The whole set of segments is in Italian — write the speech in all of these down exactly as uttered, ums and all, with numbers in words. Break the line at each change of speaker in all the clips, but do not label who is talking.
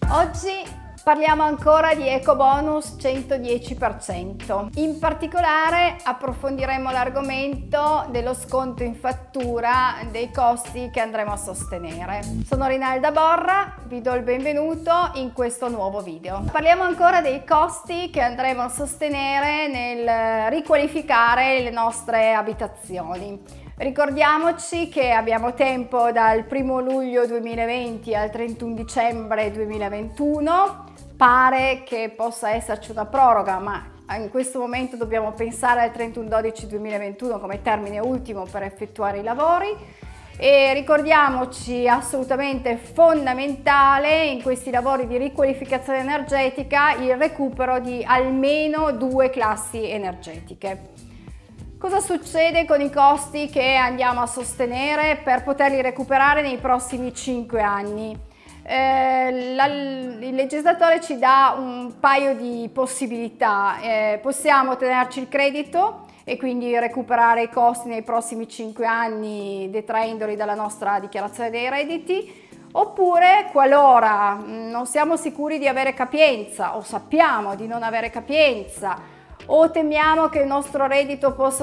Oggi parliamo ancora di ecobonus centodieci per cento. In particolare approfondiremo l'argomento dello sconto in fattura dei costi che andremo a sostenere. Sono Rinalda Borra, vi do il benvenuto in questo nuovo video. Parliamo ancora dei costi che andremo a sostenere nel riqualificare le nostre abitazioni. Ricordiamoci che abbiamo tempo dal primo luglio duemilaventi al trentuno dicembre duemilaventuno. Pare che possa esserci una proroga, ma in questo momento dobbiamo pensare al trentuno dodici duemilaventuno come termine ultimo per effettuare i lavori. E ricordiamoci, assolutamente fondamentale in questi lavori di riqualificazione energetica, il recupero di almeno due classi energetiche. Cosa succede con i costi che andiamo a sostenere per poterli recuperare nei prossimi cinque anni? Eh, la, il legislatore ci dà un paio di possibilità. Eh, possiamo tenerci il credito e quindi recuperare i costi nei prossimi cinque anni detraendoli dalla nostra dichiarazione dei redditi, oppure qualora non siamo sicuri di avere capienza o sappiamo di non avere capienza o temiamo che il nostro reddito possa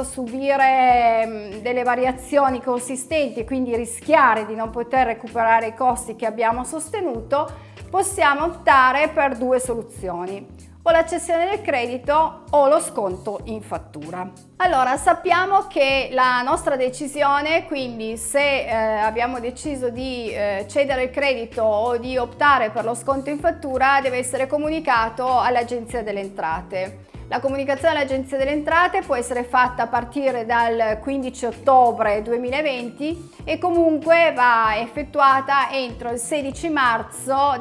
subire delle variazioni consistenti e quindi rischiare di non poter recuperare i costi che abbiamo sostenuto, possiamo optare per due soluzioni: o la cessione del credito o lo sconto in fattura. Allora, sappiamo che la nostra decisione, quindi se eh, abbiamo deciso di eh, cedere il credito o di optare per lo sconto in fattura, deve essere comunicato all'Agenzia delle Entrate. La comunicazione all'Agenzia delle Entrate può essere fatta a partire dal quindici ottobre duemilaventi e comunque va effettuata entro il sedici marzo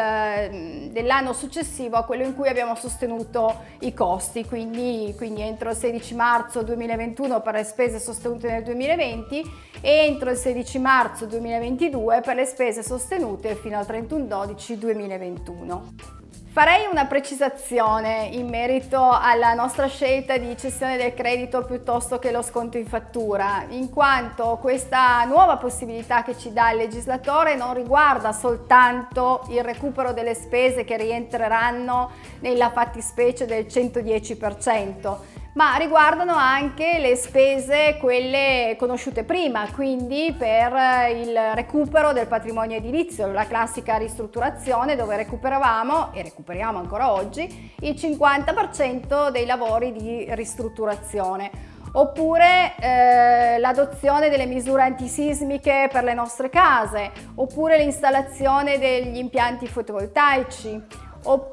del, dell'anno successivo a quello in cui abbiamo sostenuto i costi, quindi, quindi entro il sedici marzo duemilaventuno per le spese sostenute nel duemilaventi e entro il sedici marzo duemilaventidue per le spese sostenute fino al trentuno dodici duemilaventuno. Farei una precisazione in merito alla nostra scelta di cessione del credito piuttosto che lo sconto in fattura, in quanto questa nuova possibilità che ci dà il legislatore non riguarda soltanto il recupero delle spese che rientreranno nella fattispecie del centodieci per cento, ma riguardano anche le spese, quelle conosciute prima, quindi per il recupero del patrimonio edilizio, la classica ristrutturazione dove recuperavamo e recuperiamo ancora oggi il cinquanta per cento dei lavori di ristrutturazione, oppure eh, l'adozione delle misure antisismiche per le nostre case, oppure l'installazione degli impianti fotovoltaici,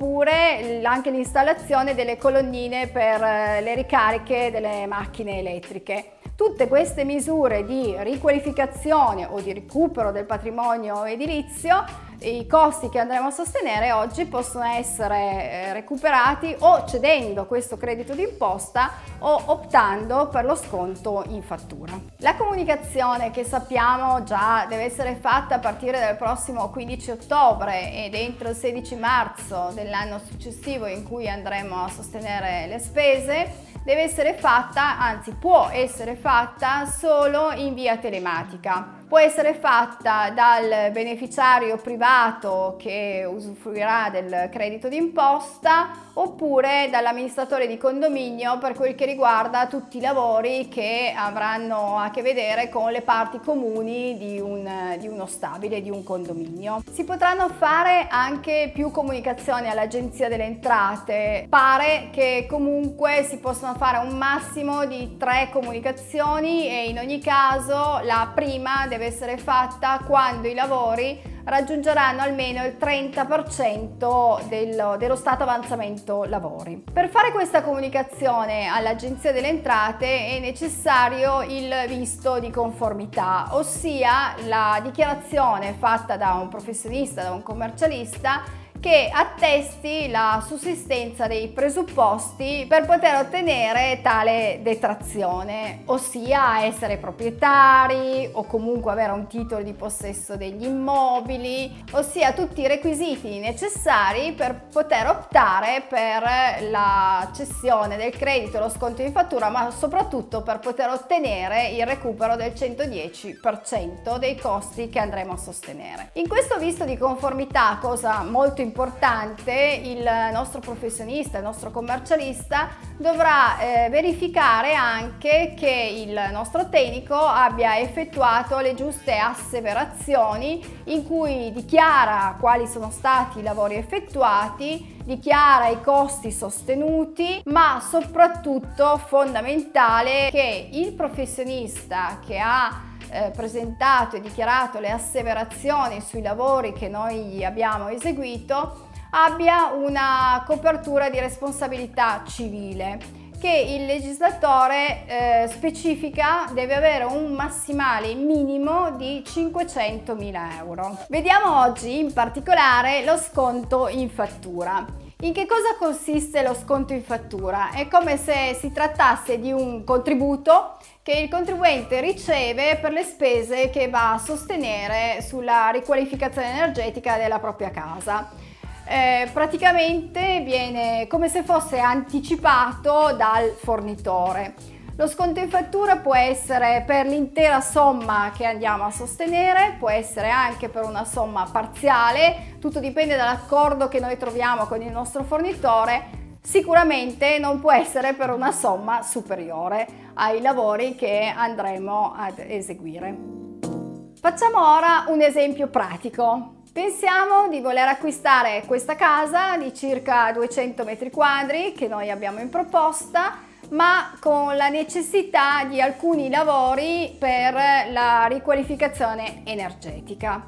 oppure anche l'installazione delle colonnine per le ricariche delle macchine elettriche. Tutte queste misure di riqualificazione o di recupero del patrimonio edilizio, i costi che andremo a sostenere oggi possono essere recuperati o cedendo questo credito d'imposta o optando per lo sconto in fattura. La comunicazione, che sappiamo già deve essere fatta a partire dal prossimo quindici ottobre ed entro il sedici marzo dell'anno successivo in cui andremo a sostenere le spese, deve essere fatta, anzi può essere fatta solo in via telematica. Può essere fatta dal beneficiario privato che usufruirà del credito d'imposta oppure dall'amministratore di condominio per quel che riguarda tutti i lavori che avranno a che vedere con le parti comuni di, un, di uno stabile, di un condominio. Si potranno fare anche più comunicazioni all'Agenzia delle Entrate. Pare che comunque si possano fare un massimo di tre comunicazioni e in ogni caso la prima deve essere fatta quando i lavori raggiungeranno almeno il trenta per cento del, dello stato avanzamento lavori. Per fare questa comunicazione all'Agenzia delle Entrate è necessario il visto di conformità, ossia la dichiarazione fatta da un professionista, da un commercialista, che attesti la sussistenza dei presupposti per poter ottenere tale detrazione, ossia essere proprietari o comunque avere un titolo di possesso degli immobili, ossia tutti i requisiti necessari per poter optare per la cessione del credito, lo sconto in fattura, ma soprattutto per poter ottenere il recupero del centodieci per cento dei costi che andremo a sostenere. In questo visto di conformità, cosa molto importante, importante, il nostro professionista, il nostro commercialista dovrà eh, verificare anche che il nostro tecnico abbia effettuato le giuste asseverazioni in cui dichiara quali sono stati i lavori effettuati, dichiara i costi sostenuti, ma soprattutto fondamentale che il professionista che ha eh, presentato e dichiarato le asseverazioni sui lavori che noi abbiamo eseguito abbia una copertura di responsabilità civile che il legislatore eh, specifica deve avere un massimale minimo di cinquecentomila euro. Vediamo oggi in particolare lo sconto in fattura. In che cosa consiste lo sconto in fattura? È come se si trattasse di un contributo che il contribuente riceve per le spese che va a sostenere sulla riqualificazione energetica della propria casa. Eh, praticamente viene come se fosse anticipato dal fornitore. Lo sconto in fattura può essere per l'intera somma che andiamo a sostenere, può essere anche per una somma parziale, tutto dipende dall'accordo che noi troviamo con il nostro fornitore. Sicuramente non può essere per una somma superiore ai lavori che andremo ad eseguire. Facciamo ora un esempio pratico. Pensiamo di voler acquistare questa casa di circa duecento metri quadri che noi abbiamo in proposta, ma con la necessità di alcuni lavori per la riqualificazione energetica.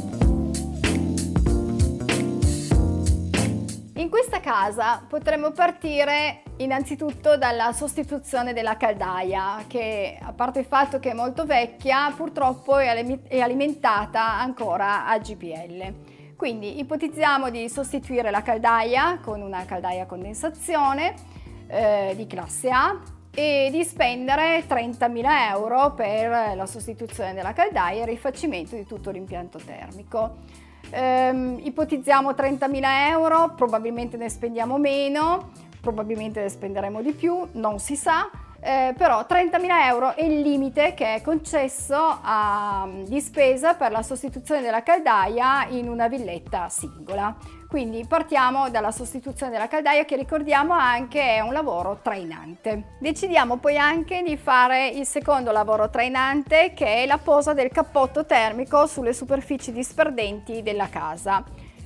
In questa casa potremmo partire innanzitutto dalla sostituzione della caldaia che, a parte il fatto che è molto vecchia, purtroppo è alimentata ancora a G P L. Quindi ipotizziamo di sostituire la caldaia con una caldaia a condensazione eh, di classe A e di spendere trentamila euro per la sostituzione della caldaia e il rifacimento di tutto l'impianto termico. Um, ipotizziamo trentamila euro, probabilmente ne spendiamo meno, probabilmente ne spenderemo di più, non si sa, eh, però trentamila euro è il limite che è concesso a, di spesa per la sostituzione della caldaia in una villetta singola. Quindi partiamo dalla sostituzione della caldaia che, ricordiamo, anche è un lavoro trainante. Decidiamo poi anche di fare il secondo lavoro trainante, che è la posa del cappotto termico sulle superfici disperdenti della casa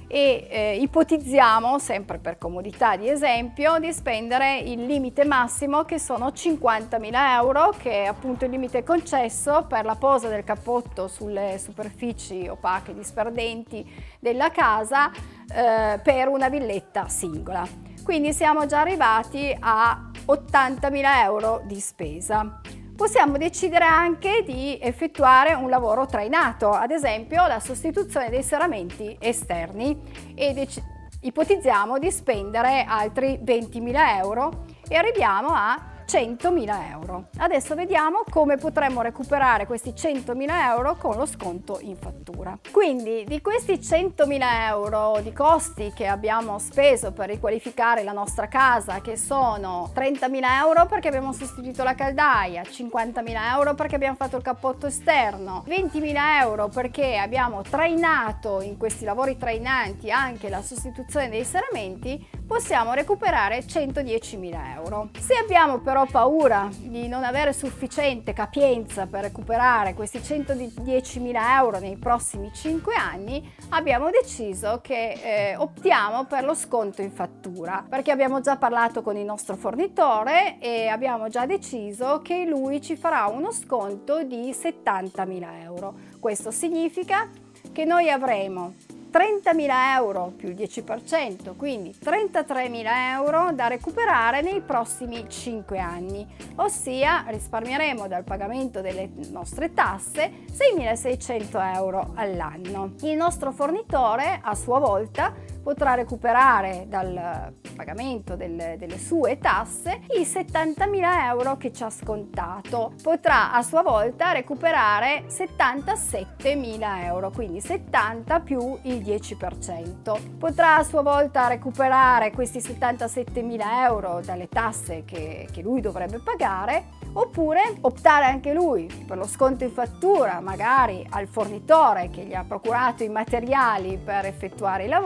e eh, ipotizziamo, sempre per comodità di esempio, di spendere il limite massimo che sono cinquantamila euro, che è appunto il limite concesso per la posa del cappotto sulle superfici opache disperdenti della casa eh, per una villetta singola. Quindi siamo già arrivati a ottantamila euro di spesa. Possiamo decidere anche di effettuare un lavoro trainato, ad esempio la sostituzione dei serramenti esterni, e ipotizziamo di spendere altri ventimila euro e arriviamo a centomila euro. Adesso vediamo come potremmo recuperare questi centomila euro con lo sconto in fattura. Quindi di questi centomila euro di costi che abbiamo speso per riqualificare la nostra casa, che sono trentamila euro perché abbiamo sostituito la caldaia, cinquantamila euro perché abbiamo fatto il cappotto esterno, ventimila euro perché abbiamo trainato in questi lavori trainanti anche la sostituzione dei serramenti, possiamo recuperare centodiecimila euro. Se abbiamo però paura di non avere sufficiente capienza per recuperare questi centodiecimila euro nei prossimi cinque anni, abbiamo deciso che eh, optiamo per lo sconto in fattura, perché abbiamo già parlato con il nostro fornitore e abbiamo già deciso che lui ci farà uno sconto di settantamila euro. Questo significa che noi avremo trentamila euro più il dieci per cento, quindi trentatremila euro da recuperare nei prossimi cinque anni, ossia risparmieremo dal pagamento delle nostre tasse seimilaseicento euro all'anno. Il nostro fornitore a sua volta potrà recuperare dal pagamento delle, delle sue tasse i settantamila euro che ci ha scontato. Potrà a sua volta recuperare settantasettemila euro, quindi settanta più il dieci per cento. Potrà a sua volta recuperare questi settantasettemila euro dalle tasse che, che lui dovrebbe pagare, oppure optare anche lui per lo sconto in fattura, magari al fornitore che gli ha procurato i materiali per effettuare i lavori,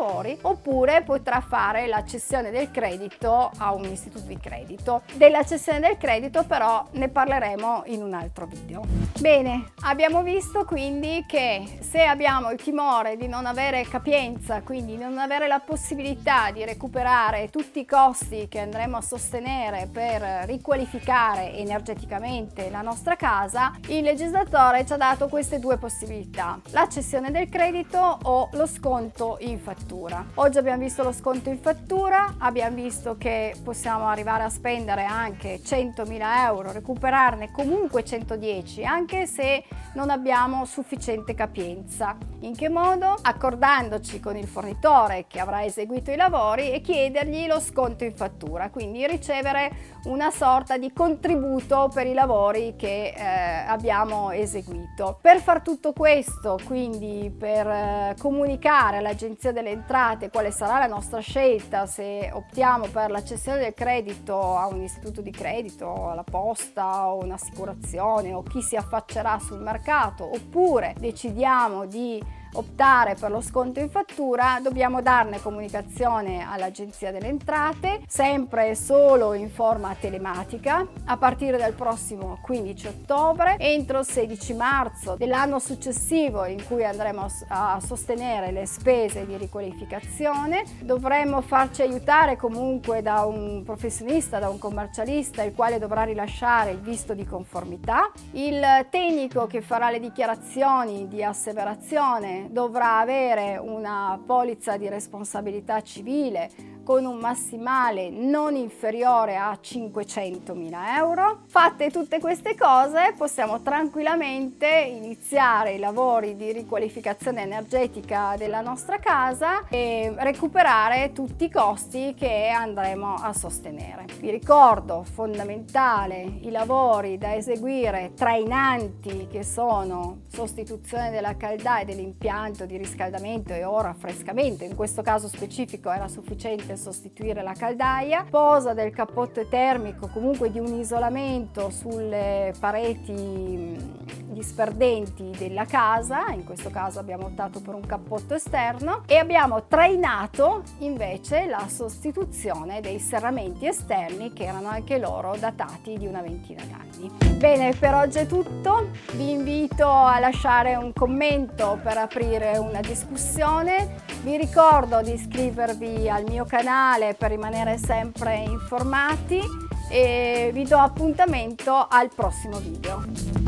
oppure potrà fare la cessione del credito a un istituto di credito. Della cessione del credito però ne parleremo in un altro video. Bene, abbiamo visto quindi che se abbiamo il timore di non avere capienza, quindi di non avere la possibilità di recuperare tutti i costi che andremo a sostenere per riqualificare energeticamente la nostra casa, il legislatore ci ha dato queste due possibilità: la cessione del credito o lo sconto in fattura. Oggi abbiamo visto lo sconto in fattura, abbiamo visto che possiamo arrivare a spendere anche centomila euro, recuperarne comunque centodieci, anche se non abbiamo sufficiente capienza. In che modo? Accordandoci con il fornitore che avrà eseguito i lavori e chiedergli lo sconto in fattura, quindi ricevere una sorta di contributo per i lavori che eh, abbiamo eseguito. Per far tutto questo, quindi per eh, comunicare all'Agenzia delle Entrate quale sarà la nostra scelta, se optiamo per la cessione del credito a un istituto di credito, alla posta o un'assicurazione o chi si affaccerà sul mercato, oppure decidiamo di optare per lo sconto in fattura, dobbiamo darne comunicazione all'Agenzia delle Entrate, sempre e solo in forma telematica, a partire dal prossimo quindici ottobre. Entro il sedici marzo dell'anno successivo in cui andremo a sostenere le spese di riqualificazione, dovremo farci aiutare comunque da un professionista, da un commercialista, il quale dovrà rilasciare il visto di conformità. Il tecnico che farà le dichiarazioni di asseverazione dovrà avere una polizza di responsabilità civile con un massimale non inferiore a cinquecentomila euro. Fatte tutte queste cose, possiamo tranquillamente iniziare i lavori di riqualificazione energetica della nostra casa e recuperare tutti i costi che andremo a sostenere. Vi ricordo, fondamentale, i lavori da eseguire trainanti, che sono sostituzione della caldaia e dell'impianto di riscaldamento e o raffrescamento. In questo caso specifico era sufficiente sostituire la caldaia, posa del cappotto termico, comunque di un isolamento sulle pareti disperdenti della casa. In questo caso abbiamo optato per un cappotto esterno e abbiamo trainato invece la sostituzione dei serramenti esterni, che erano anche loro datati di una ventina d'anni. Bene, per oggi è tutto. Vi invito a lasciare un commento per aprire una discussione. Vi ricordo di iscrivervi al mio canale per rimanere sempre informati e vi do appuntamento al prossimo video.